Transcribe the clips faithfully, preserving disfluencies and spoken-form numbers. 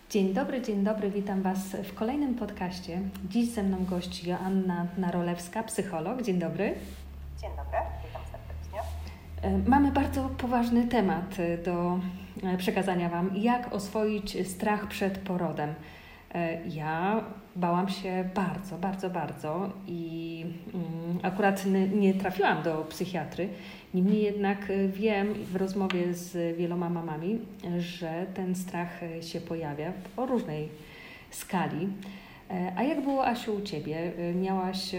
Dzień dobry, dzień dobry, witam Was w kolejnym podcaście. Dziś ze mną gość Joanna Narolewska, psycholog. Dzień dobry. Dzień dobry, witam serdecznie. Mamy bardzo poważny temat do przekazania Wam. Jak oswoić strach przed porodem? Ja bałam się bardzo, bardzo, bardzo i akurat nie trafiłam do psychiatry. Niemniej jednak wiem w rozmowie z wieloma mamami, że ten strach się pojawia o różnej skali. A jak było, Asiu, u Ciebie? Miałaś,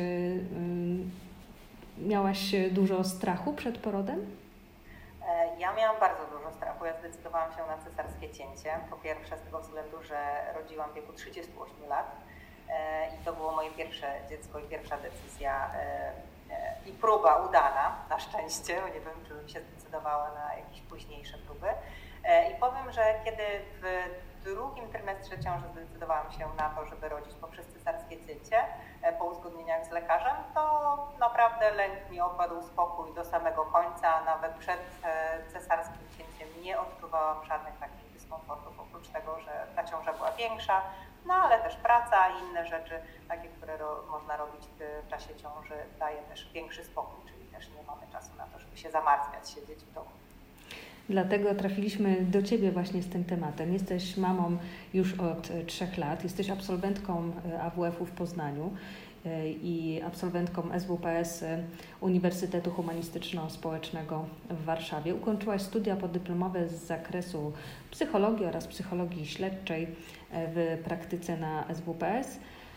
miałaś dużo strachu przed porodem? Ja miałam bardzo dużo strachu. Ja zdecydowałam się na cesarskie cięcie. Po pierwsze z tego względu, że rodziłam w wieku trzydziestu ośmiu lat i to było moje pierwsze dziecko i pierwsza decyzja i próba udana, na szczęście, bo nie wiem, czy bym się zdecydowała na jakieś późniejsze próby. I powiem, że kiedy w drugim trymestrze ciąży zdecydowałam się na to, żeby rodzić poprzez cesarskie cięcie, po uzgodnieniach z lekarzem, to naprawdę lęk mi opadł, spokój do samego końca. Nawet przed cesarskim cięciem nie odczuwałam żadnych takich dyskomfortów, oprócz tego, że ta ciąża była większa, no ale też praca i inne rzeczy, takie, które ro, można robić w czasie ciąży, daje też większy spokój, czyli też nie mamy czasu na to, żeby się zamartwiać, siedzieć w domu. Dlatego trafiliśmy do Ciebie właśnie z tym tematem. Jesteś mamą już od trzech lat, jesteś absolwentką A W F-u w Poznaniu i absolwentką S W P S Uniwersytetu Humanistyczno-Społecznego w Warszawie. Ukończyłaś studia podyplomowe z zakresu psychologii oraz psychologii śledczej w praktyce na S W P S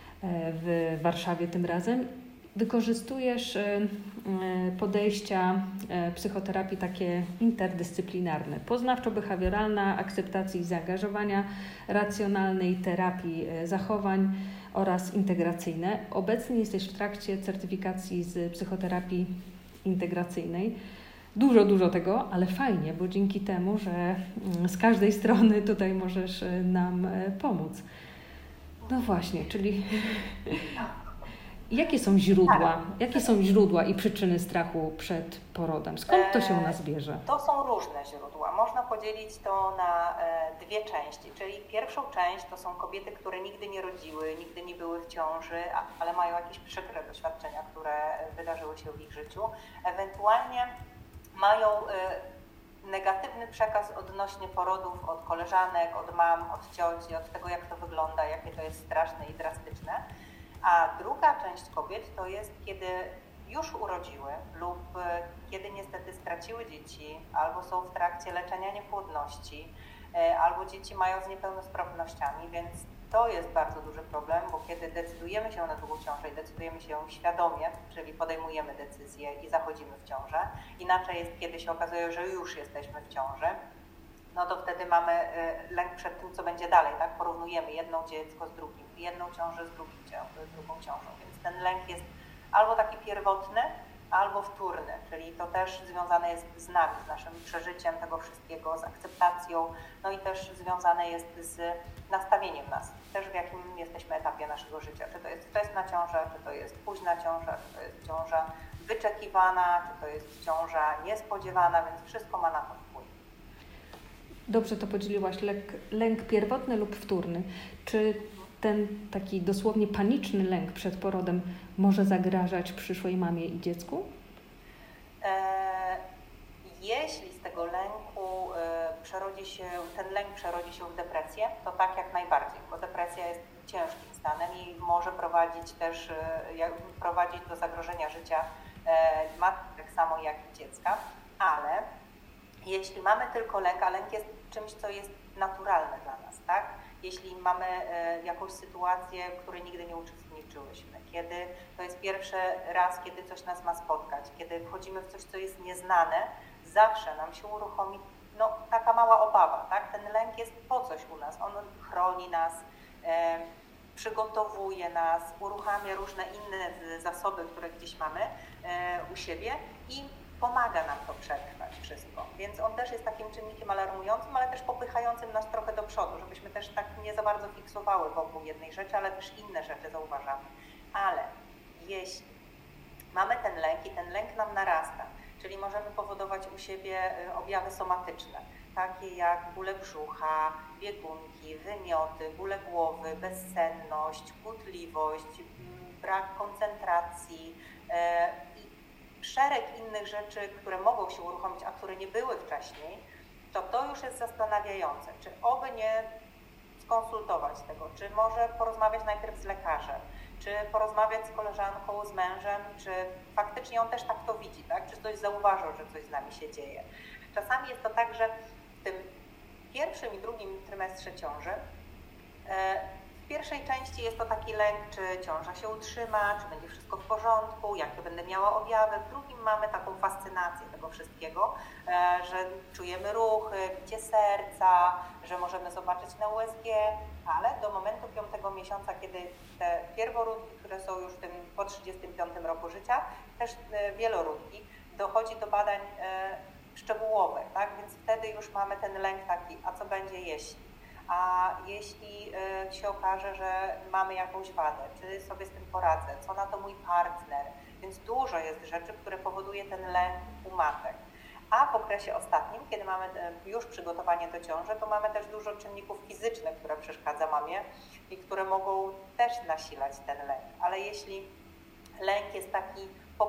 w Warszawie tym razem. Wykorzystujesz podejścia psychoterapii takie interdyscyplinarne, poznawczo-behawioralna, akceptacji i zaangażowania, racjonalnej terapii zachowań oraz integracyjne. Obecnie jesteś w trakcie certyfikacji z psychoterapii integracyjnej. Dużo, dużo tego, ale fajnie, bo dzięki temu, że z każdej strony tutaj możesz nam pomóc. No właśnie, czyli... Jakie są źródła, jakie są źródła i przyczyny strachu przed porodem? Skąd to się u nas bierze? To są różne źródła. Można podzielić to na dwie części. Czyli pierwszą część to są kobiety, które nigdy nie rodziły, nigdy nie były w ciąży, ale mają jakieś przykre doświadczenia, które wydarzyły się w ich życiu. Ewentualnie mają negatywny przekaz odnośnie porodów od koleżanek, od mam, od cioci, od tego, jak to wygląda, jakie to jest straszne i drastyczne. A druga część kobiet to jest, kiedy już urodziły lub kiedy niestety straciły dzieci, albo są w trakcie leczenia niepłodności, albo dzieci mają z niepełnosprawnościami, więc to jest bardzo duży problem, bo kiedy decydujemy się na długą ciążę i decydujemy się świadomie, czyli podejmujemy decyzję i zachodzimy w ciążę, inaczej jest, kiedy się okazuje, że już jesteśmy w ciąży, no to wtedy mamy lęk przed tym, co będzie dalej, tak? Porównujemy jedno dziecko z drugim, jedną ciążę z, drugim, z drugą ciążą, więc ten lęk jest albo taki pierwotny, albo wtórny, czyli to też związane jest z nami, z naszym przeżyciem tego wszystkiego, z akceptacją, no i też związane jest z nastawieniem nas, też w jakim jesteśmy etapie naszego życia, czy to jest wczesna ciąża, czy to jest późna ciąża, czy to jest ciąża wyczekiwana, czy to jest ciąża niespodziewana, więc wszystko ma na to wpływ. Dobrze to podzieliłaś, lęk, lęk pierwotny lub wtórny. Czy ten taki dosłownie paniczny lęk przed porodem może zagrażać przyszłej mamie i dziecku? E, jeśli z tego lęku e, przerodzi się, ten lęk przerodzi się w depresję, to tak jak najbardziej, bo depresja jest ciężkim stanem i może prowadzić też e, prowadzić do zagrożenia życia e, matki, tak samo jak i dziecka, ale jeśli mamy tylko lęk, a lęk jest czymś, co jest naturalne dla nas, tak? Jeśli mamy e, jakąś sytuację, w której nigdy nie uczestniczyłyśmy, kiedy to jest pierwszy raz, kiedy coś nas ma spotkać, kiedy wchodzimy w coś, co jest nieznane, zawsze nam się uruchomi no, taka mała obawa, tak? Ten lęk jest po coś u nas, on chroni nas, e, przygotowuje nas, uruchamia różne inne zasoby, które gdzieś mamy e, u siebie i pomaga nam to przetrwać wszystko, więc on też jest takim czynnikiem alarmującym, ale też popychającym nas trochę do przodu, żebyśmy też tak nie za bardzo fiksowały wokół jednej rzeczy, ale też inne rzeczy zauważamy. Ale jeśli mamy ten lęk i ten lęk nam narasta, czyli możemy powodować u siebie objawy somatyczne, takie jak bóle brzucha, biegunki, wymioty, bóle głowy, bezsenność, kłótliwość, brak koncentracji i szereg innych rzeczy, które mogą się uruchomić, a które nie były wcześniej, to to już jest zastanawiające, czy oby nie skonsultować tego, czy może porozmawiać najpierw z lekarzem, czy porozmawiać z koleżanką, z mężem, czy faktycznie on też tak to widzi, tak? Czy ktoś zauważył, że coś z nami się dzieje. Czasami jest to tak, że w tym pierwszym i drugim trymestrze ciąży w pierwszej części jest to taki lęk, czy ciąża się utrzyma, czy będzie wszystko w porządku, jakie będę miała objawy. W drugim mamy taką fascynację tego wszystkiego, że czujemy ruchy, bicie serca, że możemy zobaczyć na U S G, ale do momentu piątego miesiąca, kiedy te pierworódki, które są już w tym po trzydziestym piątym roku życia, też wieloródki, dochodzi do badań szczegółowych, tak? Więc wtedy już mamy ten lęk taki, a co będzie jeśli? A jeśli się okaże, że mamy jakąś wadę, czy sobie z tym poradzę, co na to mój partner, więc dużo jest rzeczy, które powoduje ten lęk u matek. A w okresie ostatnim, kiedy mamy już przygotowanie do ciąży, to mamy też dużo czynników fizycznych, które przeszkadza mamie i które mogą też nasilać ten lęk. Ale jeśli lęk jest taki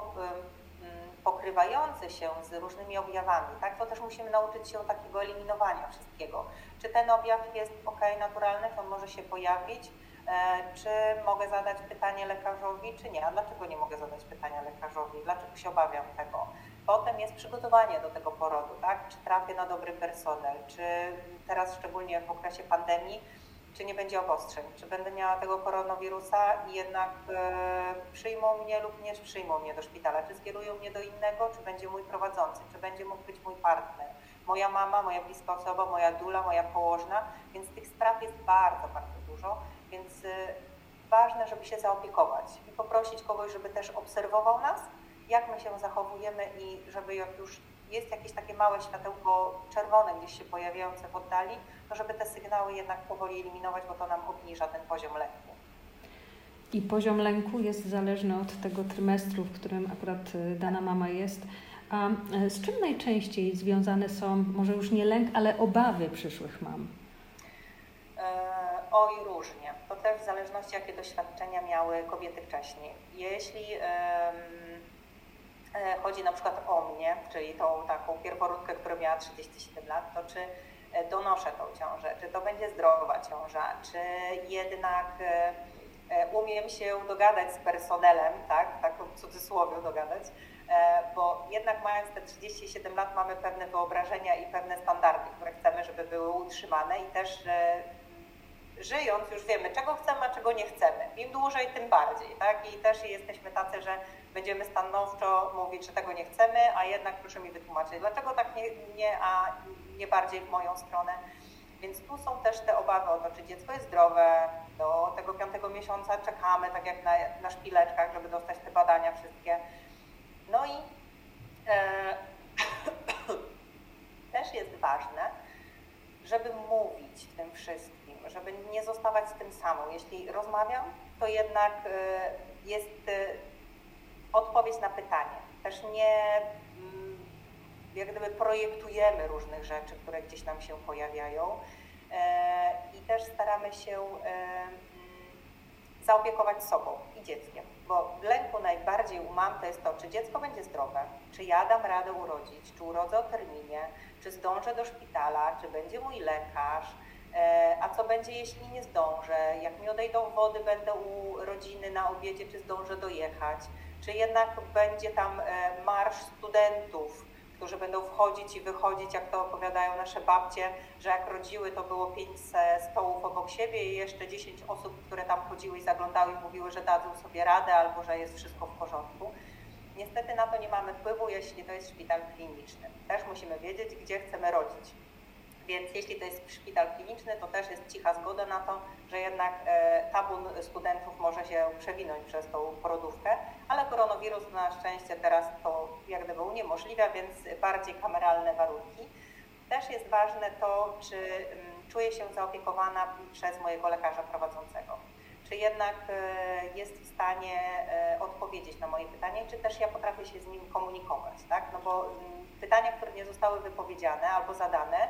pokrywający się z różnymi objawami, tak, to też musimy nauczyć się takiego eliminowania wszystkiego. Czy ten objaw jest ok, naturalny, to on może się pojawić, e, czy mogę zadać pytanie lekarzowi, czy nie, a dlaczego nie mogę zadać pytania lekarzowi, dlaczego się obawiam tego. Potem jest przygotowanie do tego porodu, tak, czy trafię na dobry personel, czy teraz szczególnie w okresie pandemii, czy nie będzie obostrzeń, czy będę miała tego koronawirusa i jednak e, przyjmą mnie lub nie przyjmą mnie do szpitala, czy skierują mnie do innego, czy będzie mój prowadzący, czy będzie mógł być mój partner, moja mama, moja bliska osoba, moja dula, moja położna, więc tych spraw jest bardzo, bardzo dużo, więc e, ważne, żeby się zaopiekować i poprosić kogoś, żeby też obserwował nas, jak my się zachowujemy i żeby jak już jest jakieś takie małe światełko czerwone gdzieś się pojawiające w oddali, to żeby te sygnały jednak powoli eliminować, bo to nam obniża ten poziom lęku. I poziom lęku jest zależny od tego trymestru, w którym akurat dana mama jest. A z czym najczęściej związane są, może już nie lęk, ale obawy przyszłych mam? E, oj, różnie. To też w zależności, jakie doświadczenia miały kobiety wcześniej. Jeśli e, chodzi na przykład o mnie, czyli tą taką pierworódkę, która miała trzydzieści siedem lat, to czy donoszę tą ciążę, czy to będzie zdrowa ciąża, czy jednak umiem się dogadać z personelem, tak, tak w cudzysłowie dogadać, bo jednak mając te trzydzieści siedem lat mamy pewne wyobrażenia i pewne standardy, które chcemy, żeby były utrzymane i też żyjąc już wiemy, czego chcemy, a czego nie chcemy. Im dłużej, tym bardziej, tak? I też jesteśmy tacy, że będziemy stanowczo mówić, że tego nie chcemy, a jednak proszę mi wytłumaczyć, dlaczego tak nie, nie, a nie bardziej w moją stronę. Więc tu są też te obawy o to, czy dziecko jest zdrowe, do tego piątego miesiąca czekamy, tak jak na, na szpileczkach, żeby dostać te badania wszystkie. No i e, też jest ważne, żeby mówić w tym wszystkim, żeby nie zostawać z tym samą. Jeśli rozmawiam, to jednak jest odpowiedź na pytanie. Też nie jak gdyby projektujemy różnych rzeczy, które gdzieś nam się pojawiają i też staramy się zaopiekować sobą i dzieckiem, bo lęku najbardziej u mam to jest to, czy dziecko będzie zdrowe, czy ja dam radę urodzić, czy urodzę o terminie, czy zdążę do szpitala, czy będzie mój lekarz, a co będzie, jeśli nie zdążę, jak mi odejdą wody, będę u rodziny na obiedzie, czy zdążę dojechać, czy jednak będzie tam marsz studentów, którzy będą wchodzić i wychodzić, jak to opowiadają nasze babcie, że jak rodziły, to było pięć stołów obok siebie i jeszcze dziesięć osób, które tam chodziły i zaglądały i mówiły, że dadzą sobie radę albo że jest wszystko w porządku. Niestety na to nie mamy wpływu, jeśli to jest szpital kliniczny. Też musimy wiedzieć, gdzie chcemy rodzić. Więc jeśli to jest szpital kliniczny, to też jest cicha zgoda na to, że jednak tabun studentów może się przewinąć przez tą porodówkę, ale koronawirus na szczęście teraz to jak gdyby uniemożliwia, więc bardziej kameralne warunki. Też jest ważne to, czy czuję się zaopiekowana przez mojego lekarza prowadzącego. Czy jednak jest w stanie odpowiedzieć na moje pytanie, czy też ja potrafię się z nim komunikować, tak? No bo pytania, które nie zostały wypowiedziane albo zadane,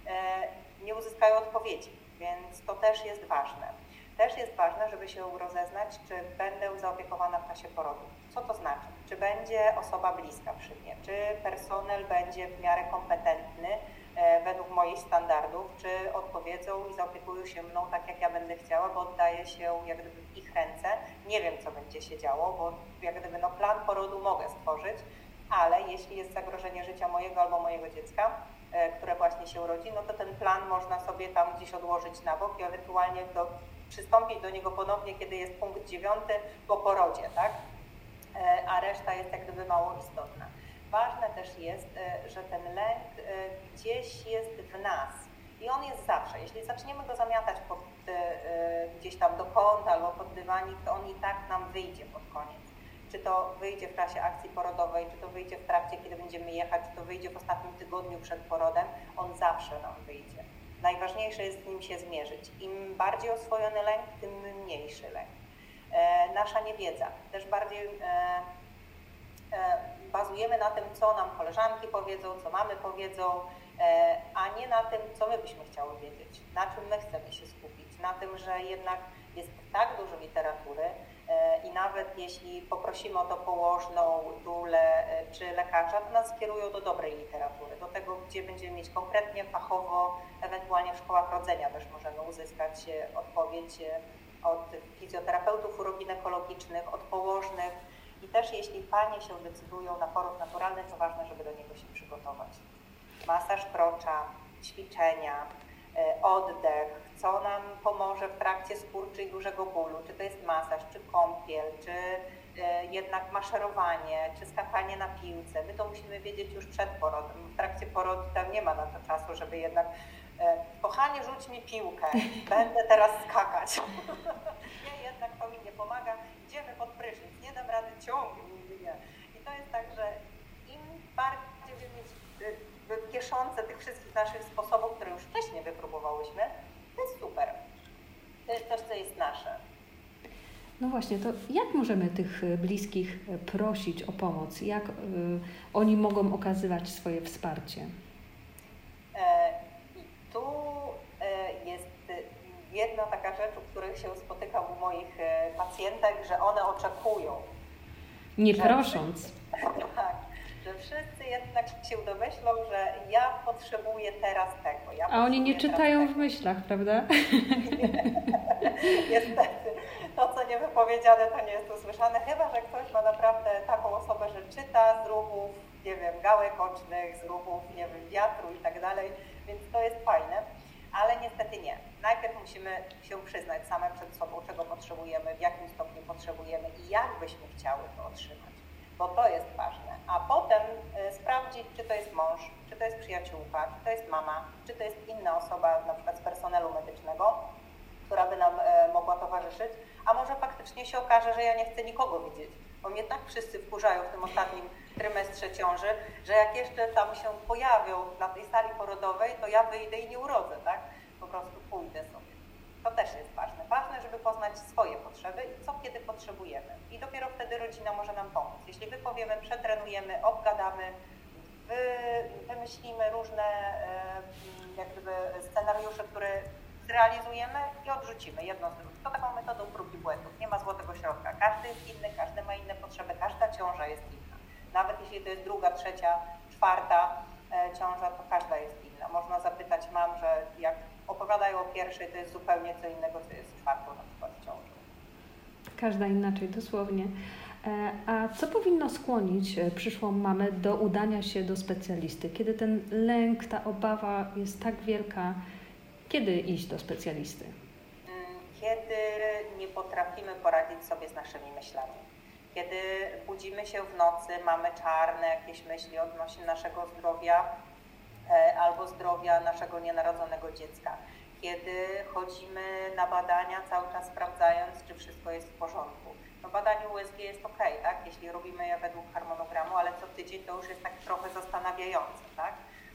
nie uzyskają odpowiedzi, więc to też jest ważne. Też jest ważne, żeby się rozeznać, czy będę zaopiekowana w czasie porodu. Co to znaczy? Czy będzie osoba bliska przy mnie? Czy personel będzie w miarę kompetentny e, według moich standardów? Czy odpowiedzą i zaopiekują się mną tak, jak ja będę chciała, bo oddaję się jak gdyby w ich ręce. Nie wiem, co będzie się działo, bo jak gdyby no, plan porodu mogę stworzyć, ale jeśli jest zagrożenie życia mojego albo mojego dziecka, e, które właśnie się urodzi, no to ten plan można sobie tam gdzieś odłożyć na bok i ewentualnie do przystąpić do niego ponownie, kiedy jest punkt dziewiąty po porodzie, tak? A reszta jest jak gdyby mało istotna. Ważne też jest, że ten lęk gdzieś jest w nas i on jest zawsze. Jeśli zaczniemy go zamiatać pod, gdzieś tam do kąta albo pod dywanik, to on i tak nam wyjdzie pod koniec. Czy to wyjdzie w czasie akcji porodowej, czy to wyjdzie w trakcie, kiedy będziemy jechać, czy to wyjdzie w ostatnim tygodniu przed porodem, on zawsze nam wyjdzie. Najważniejsze jest z nim się zmierzyć. Im bardziej oswojony lęk, tym mniejszy lęk. E, nasza niewiedza. Też bardziej e, e, bazujemy na tym, co nam koleżanki powiedzą, co mamy powiedzą, e, a nie na tym, co my byśmy chciały wiedzieć, na czym my chcemy się skupić. Na tym, że jednak jest tak dużo literatury e, i nawet jeśli poprosimy o to położną, dulę e, czy lekarza, to nas skierują do dobrej literatury, do tego, gdzie będziemy mieć konkretnie, fachowo, ewentualnie w szkołach rodzenia też możemy uzyskać e, odpowiedź e, od fizjoterapeutów uroginekologicznych, od położnych i też jeśli panie się decydują na poród naturalny, to ważne, żeby do niego się przygotować. Masaż krocza, ćwiczenia, oddech, co nam pomoże w trakcie skurczy i dużego bólu, czy to jest masaż, czy kąpiel, czy jednak maszerowanie, czy skakanie na piłce. My to musimy wiedzieć już przed porodem. W trakcie porodu tam nie ma na to czasu, żeby jednak kochanie, rzuć mi piłkę, będę teraz skakać. Nie, jednak to mi nie pomaga, idziemy pod prysznic, nie dam rady ciągiem, nigdy nie. I to jest tak, że im bardziej będziemy mieć w kieszonce tych wszystkich naszych sposobów, które już wcześniej wypróbowałyśmy, to jest super. To jest coś, co jest nasze. No właśnie, to jak możemy tych bliskich prosić o pomoc? Jak y, oni mogą okazywać swoje wsparcie? I tu jest jedna taka rzecz, u których się spotykam u moich pacjentek, że one oczekują. Nie prosząc. Tak, że wszyscy jednak się domyślą, że ja potrzebuję teraz tego. Ja A oni nie czytają w myślach, prawda? Niestety. To, co niewypowiedziane, to nie jest usłyszane, chyba że ktoś ma naprawdę taką osobę, że czyta z ruchów, nie wiem, gałek ocznych, z ruchów, nie wiem, wiatru i tak dalej, więc to jest fajne, ale niestety nie. Najpierw musimy się przyznać same przed sobą, czego potrzebujemy, w jakim stopniu potrzebujemy i jak byśmy chciały to otrzymać, bo to jest ważne, a potem y, sprawdzić, czy to jest mąż, czy to jest przyjaciółka, czy to jest mama, czy to jest inna osoba, na przykład z personelu medycznego, która by nam e, mogła towarzyszyć, a może faktycznie się okaże, że ja nie chcę nikogo widzieć, bo mnie tak wszyscy wkurzają w tym ostatnim trymestrze ciąży, że jak jeszcze tam się pojawią na tej sali porodowej, to ja wyjdę i nie urodzę, tak? Po prostu pójdę sobie. To też jest ważne. Ważne, żeby poznać swoje potrzeby i co kiedy potrzebujemy. I dopiero wtedy rodzina może nam pomóc. Jeśli wypowiemy, przetrenujemy, obgadamy, wy, wymyślimy różne e, jak gdyby scenariusze, które zrealizujemy i odrzucimy jedno z drugim. To taką metodą prób i błędów. Nie ma złotego środka. Każdy jest inny, każdy ma inne potrzeby, każda ciąża jest inna. Nawet jeśli to jest druga, trzecia, czwarta e, ciąża, to każda jest inna. Można zapytać mam, że jak opowiadają o pierwszej, to jest zupełnie co innego, co jest czwartą na przykład ciążą. Każda inaczej, dosłownie. A co powinno skłonić przyszłą mamę do udania się do specjalisty? Kiedy ten lęk, ta obawa jest tak wielka, kiedy iść do specjalisty? Kiedy nie potrafimy poradzić sobie z naszymi myślami. Kiedy budzimy się w nocy, mamy czarne jakieś myśli odnośnie naszego zdrowia albo zdrowia naszego nienarodzonego dziecka. Kiedy chodzimy na badania, cały czas sprawdzając, czy wszystko jest w porządku. No badanie U S G jest ok, tak? Jeśli robimy je według harmonogramu, ale co tydzień to już jest tak trochę zastanawiające, tak?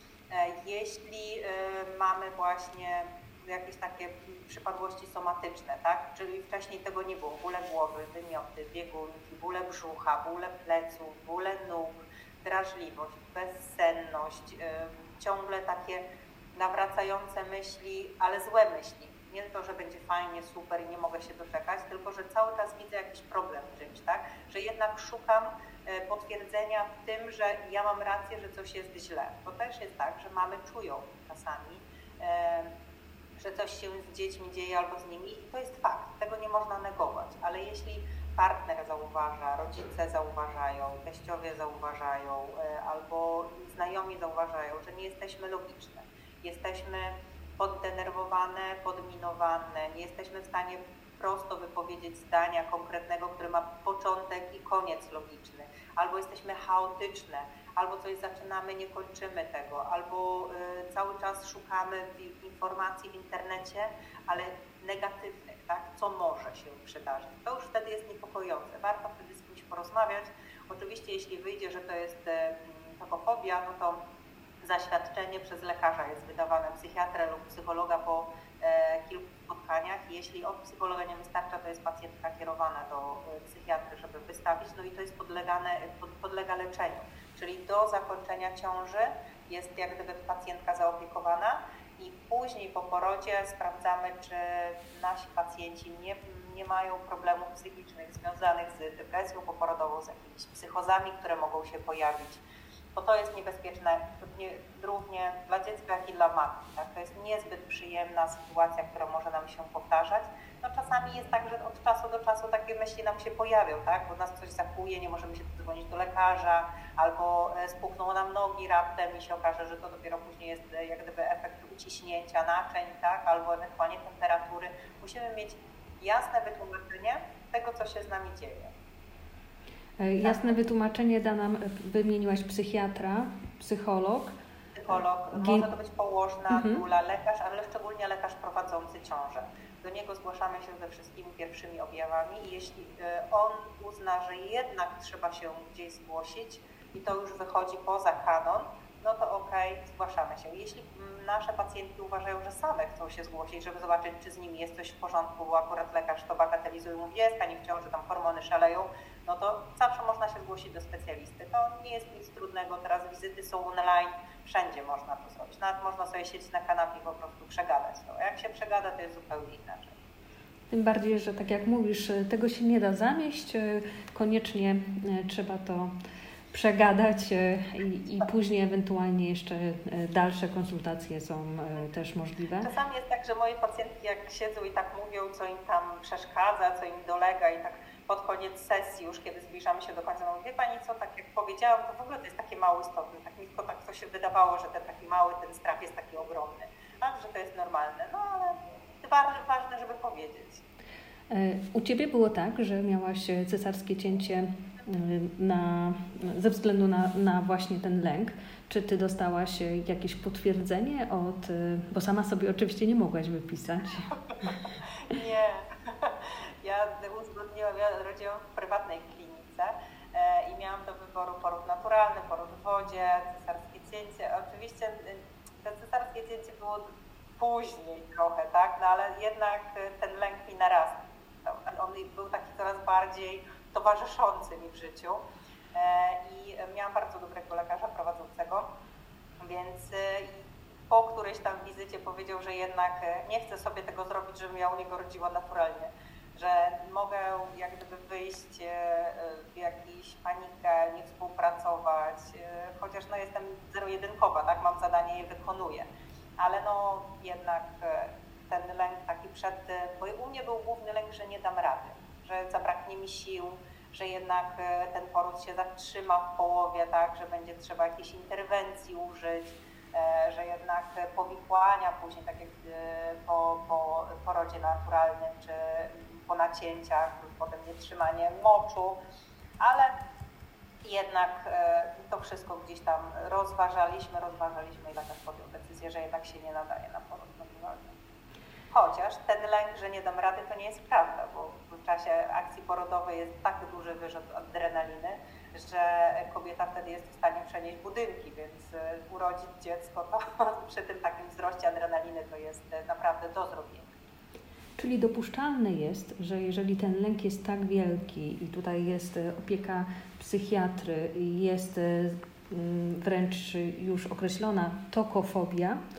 Jeśli mamy właśnie jakieś takie przypadłości somatyczne, tak? Czyli wcześniej tego nie było, bóle głowy, wymioty, biegunki, bóle brzucha, bóle pleców, bóle nóg, drażliwość, bezsenność, ciągle takie nawracające myśli, ale złe myśli. Nie to, że będzie fajnie, super i nie mogę się doczekać, tylko że cały czas widzę jakiś problem w czymś, tak? Że jednak szukam potwierdzenia w tym, że ja mam rację, że coś jest źle. Bo też jest tak, że mamy czują czasami, że coś się z dziećmi dzieje albo z nimi i to jest fakt, tego nie można negować, ale jeśli partner zauważa, rodzice zauważają, teściowie zauważają albo znajomi zauważają, że nie jesteśmy logiczne, jesteśmy poddenerwowane, podminowane, nie jesteśmy w stanie prosto wypowiedzieć zdania konkretnego, które ma początek i koniec logiczny, albo jesteśmy chaotyczne, albo coś zaczynamy, nie kończymy tego, albo y, cały czas szukamy informacji w internecie, ale negatywnych, tak? Co może się przydarzyć. To już wtedy jest niepokojące. Warto wtedy z kimś porozmawiać. Oczywiście jeśli wyjdzie, że to jest y, tokofobia, no to zaświadczenie przez lekarza jest wydawane, psychiatrę lub psychologa po e, kilku spotkaniach. Jeśli od psychologa nie wystarcza, to jest pacjentka kierowana do e, psychiatry, żeby wystawić, no i to jest podlegane, pod, podlega leczeniu. Czyli do zakończenia ciąży jest jak gdyby pacjentka zaopiekowana i później po porodzie sprawdzamy, czy nasi pacjenci nie, nie mają problemów psychicznych związanych z depresją poporodową, z jakimiś psychozami, które mogą się pojawić. Bo to jest niebezpieczne równie dla dziecka, jak i dla matki. Tak? To jest niezbyt przyjemna sytuacja, która może nam się powtarzać. No czasami jest tak, że od czasu do czasu takie myśli nam się pojawią, tak? Bo nas coś zakłuje, nie możemy się dzwonić do lekarza, albo spuchną nam nogi raptem i się okaże, że to dopiero później jest jak gdyby efekt uciśnięcia naczyń, tak? Albo ewentualnie temperatury. Musimy mieć jasne wytłumaczenie tego, co się z nami dzieje. Jasne wytłumaczenie da nam, wymieniłaś psychiatra, psycholog. Psycholog, może to być położna, mhm. dula, lekarz, ale szczególnie lekarz prowadzący ciążę. Do niego zgłaszamy się ze wszystkimi pierwszymi objawami i jeśli on uzna, że jednak trzeba się gdzieś zgłosić i to już wychodzi poza kanon, no to okej, okay, zgłaszamy się. Jeśli nasze pacjentki uważają, że same chcą się zgłosić, żeby zobaczyć, czy z nimi jest coś w porządku, bo akurat lekarz to bagatelizuje, mówi, jest pani w ciąży, tam hormony szaleją, no to zawsze można się zgłosić do specjalisty. To nie jest nic trudnego, teraz wizyty są online, wszędzie można to zrobić. Nawet można sobie siedzieć na kanapie i po prostu przegadać to. A jak się przegada, to jest zupełnie inaczej. Tym bardziej, że tak jak mówisz, tego się nie da zamieść, koniecznie trzeba to przegadać i, i później ewentualnie jeszcze dalsze konsultacje są też możliwe. Czasami jest tak, że moje pacjentki jak siedzą i tak mówią, co im tam przeszkadza, co im dolega i tak pod koniec sesji już, kiedy zbliżamy się do końca, no wie pani co, tak jak powiedziałam, to w ogóle to jest takie mało istotne, tak mi tylko tak to się wydawało, że ten taki mały, ten strach jest taki ogromny, tak, że to jest normalne, no ale ważne, żeby powiedzieć. U Ciebie było tak, że miałaś cesarskie cięcie na, ze względu na, na właśnie ten lęk. Czy Ty dostałaś jakieś potwierdzenie od, bo sama sobie oczywiście nie mogłaś wypisać. Nie. Ja uzgodniłam, ja rodziłam w prywatnej klinice i miałam do wyboru poród naturalny, poród w wodzie, cesarskie cięcie. Oczywiście to cesarskie cięcie było później trochę, tak? No ale jednak ten lęk mi narastał. On był taki coraz bardziej towarzyszący mi w życiu i miałam bardzo dobrego lekarza prowadzącego, więc po którejś tam wizycie powiedział, że jednak nie chcę sobie tego zrobić, żebym ja u niego rodziła naturalnie, że mogę jak gdyby wyjść w jakąś panikę, nie współpracować, chociaż no jestem zero-jedynkowa, tak, mam zadanie, je wykonuję, ale no jednak ten lęk taki przed, bo u mnie był główny lęk, że nie dam rady, że zabraknie mi sił, że jednak ten poród się zatrzyma w połowie, tak, że będzie trzeba jakiejś interwencji użyć, że jednak powikłania później, tak jak po, po porodzie naturalnym, czy po nacięciach, potem nietrzymanie moczu, ale jednak to wszystko gdzieś tam rozważaliśmy, rozważaliśmy i lekarz podjął decyzję, że jednak się nie nadaje na poród naturalny. Chociaż ten lęk, że nie dam rady, to nie jest prawda, bo w czasie akcji porodowej jest tak duży wyrzut adrenaliny, że kobieta wtedy jest w stanie przenieść budynki, więc urodzić dziecko to przy tym takim wzroście adrenaliny to jest naprawdę do zrobienia. Czyli dopuszczalne jest, że jeżeli ten lęk jest tak wielki i tutaj jest opieka psychiatry, jest wręcz już określona tokofobia,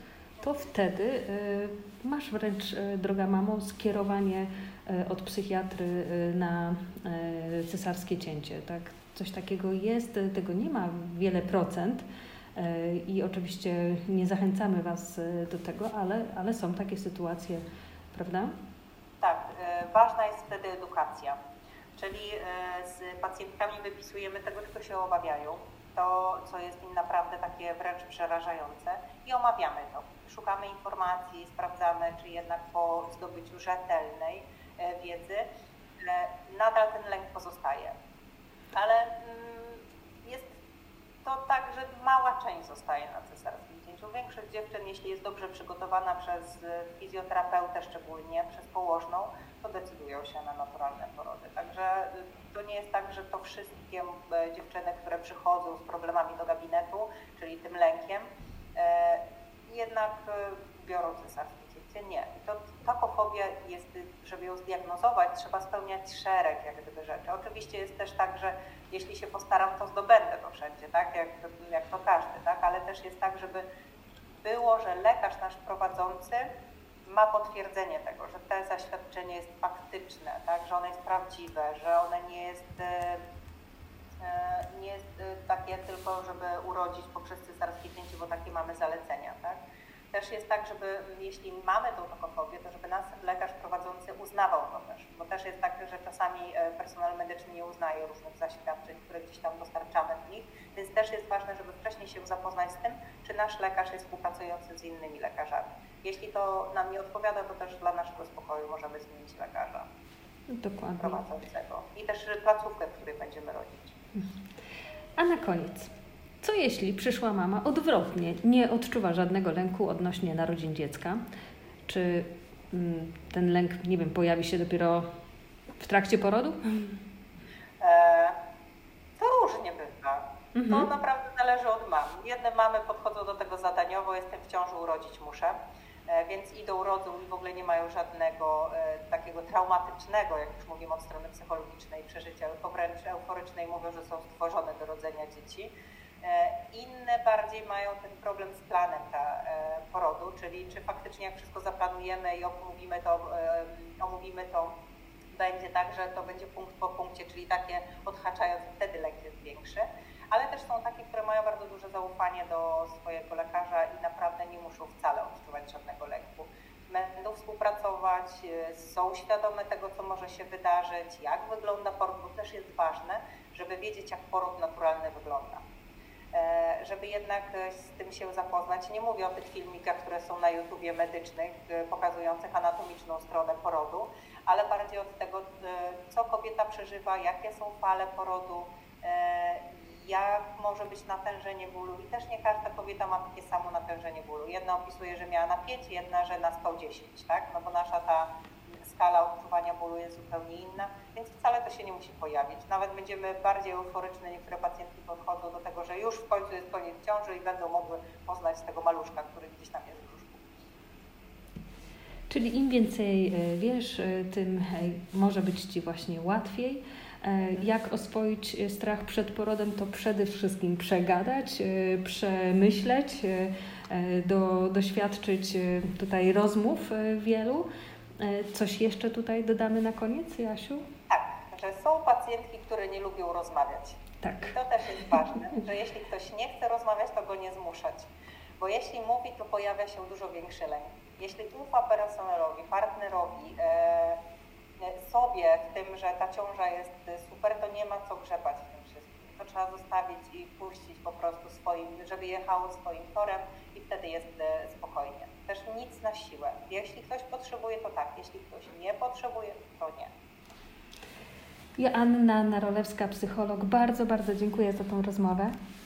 to wtedy masz wręcz, droga mamo, skierowanie od psychiatry na cesarskie cięcie. Tak? Coś takiego jest, tego nie ma wiele procent i oczywiście nie zachęcamy Was do tego, ale, ale są takie sytuacje, prawda? Tak, ważna jest wtedy edukacja, czyli z pacjentkami wypisujemy tego, czego się obawiają, to, co jest im naprawdę takie wręcz przerażające i omawiamy to. Szukamy informacji, sprawdzamy, czy jednak po zdobyciu rzetelnej wiedzy nadal ten lęk pozostaje. Ale jest to tak, że mała część zostaje na cesarskim cięciu. Większość dziewczyn, jeśli jest dobrze przygotowana przez fizjoterapeutę szczególnie, przez położną, to decydują się na naturalne porody. Także to nie jest tak, że to wszystkie dziewczyny, które przychodzą z problemami do gabinetu, czyli tym lękiem, jednak biorą cesarskie cięcie. Nie. I to takofobia jest, żeby ją zdiagnozować, trzeba spełniać szereg jak gdyby rzeczy. Oczywiście jest też tak, że jeśli się postaram, to zdobędę to wszędzie, tak? Jak, jak to każdy, tak? Ale też jest tak, żeby było, że lekarz nasz prowadzący ma potwierdzenie tego, że to zaświadczenie jest faktyczne, tak? Że ono jest prawdziwe, że ono nie jest, nie jest takie tylko, żeby urodzić poprzez cesarskie cięcie, bo takie mamy zalecenia, tak? Też jest tak, żeby jeśli mamy tą takofobię, to żeby nas lekarz prowadzący uznawał to też, bo też jest tak, że czasami personel medyczny nie uznaje różnych zaświadczeń, które gdzieś tam dostarczamy do nich, więc też jest ważne, żeby wcześniej się zapoznać z tym, czy nasz lekarz jest współpracujący z innymi lekarzami. Jeśli to nam nie odpowiada, to też dla naszego spokoju możemy zmienić lekarza Dokładnie. prowadzącego i też placówkę, w której będziemy rodzić. A na koniec. Co jeśli przyszła mama odwrotnie, nie odczuwa żadnego lęku odnośnie narodzin dziecka? Czy mm, ten lęk, nie wiem, pojawi się dopiero w trakcie porodu? E, to różnie bywa. Mhm. To naprawdę zależy od mam. Jedne mamy podchodzą do tego zadaniowo, jestem w ciąży, urodzić muszę, e, więc idą, rodzą i w ogóle nie mają żadnego e, takiego traumatycznego, jak już mówimy od strony psychologicznej, przeżycia, tylko wręcz euforycznej, mówią, że są stworzone do rodzenia dzieci. Inne bardziej mają ten problem z planem ta, e, porodu, czyli czy faktycznie jak wszystko zaplanujemy i omówimy to, e, omówimy to, będzie tak, że to będzie punkt po punkcie, czyli takie odhaczając, wtedy lęk jest większy, ale też są takie, które mają bardzo duże zaufanie do swojego lekarza i naprawdę nie muszą wcale odczuwać żadnego lęku. Będą współpracować, są świadome tego, co może się wydarzyć, jak wygląda poród, bo też jest ważne, żeby wiedzieć, jak poród naturalny wygląda. Żeby jednak z tym się zapoznać. Nie mówię o tych filmikach, które są na YouTubie medycznych, pokazujących anatomiczną stronę porodu, ale bardziej od tego, co kobieta przeżywa, jakie są fale porodu, jak może być natężenie bólu. I też nie każda kobieta ma takie samo natężenie bólu. Jedna opisuje, że miała na pięć, jedna, że na sto dziesięć, tak? No bo nasza ta skala odczuwania bólu jest zupełnie inna, więc wcale to się nie musi pojawić. Nawet będziemy bardziej euforyczne, niektóre pacjentki podchodzą do tego, że już w końcu jest koniec ciąży i będą mogły poznać tego maluszka, który gdzieś tam jest w brzuszku. Czyli im więcej wiesz, tym może być Ci właśnie łatwiej. Jak oswoić strach przed porodem, to przede wszystkim przegadać, przemyśleć, do, doświadczyć tutaj rozmów wielu. Coś jeszcze tutaj dodamy na koniec, Jasiu? Tak, że są pacjentki, które nie lubią rozmawiać. Tak. I to też jest ważne, że jeśli ktoś nie chce rozmawiać, to go nie zmuszać. Bo jeśli mówi, to pojawia się dużo większy lęk. Jeśli ufa personelowi, partnerowi, e, sobie w tym, że ta ciąża jest super, to nie ma co grzebać w tym wszystkim. To trzeba zostawić i puścić po prostu swoim, żeby jechało swoim torem i wtedy jest spokojnie. Też nic na siłę. Jeśli ktoś potrzebuje, to tak. Jeśli ktoś nie potrzebuje, to nie. Joanna Narolewska, psycholog. Bardzo, bardzo dziękuję za tą rozmowę.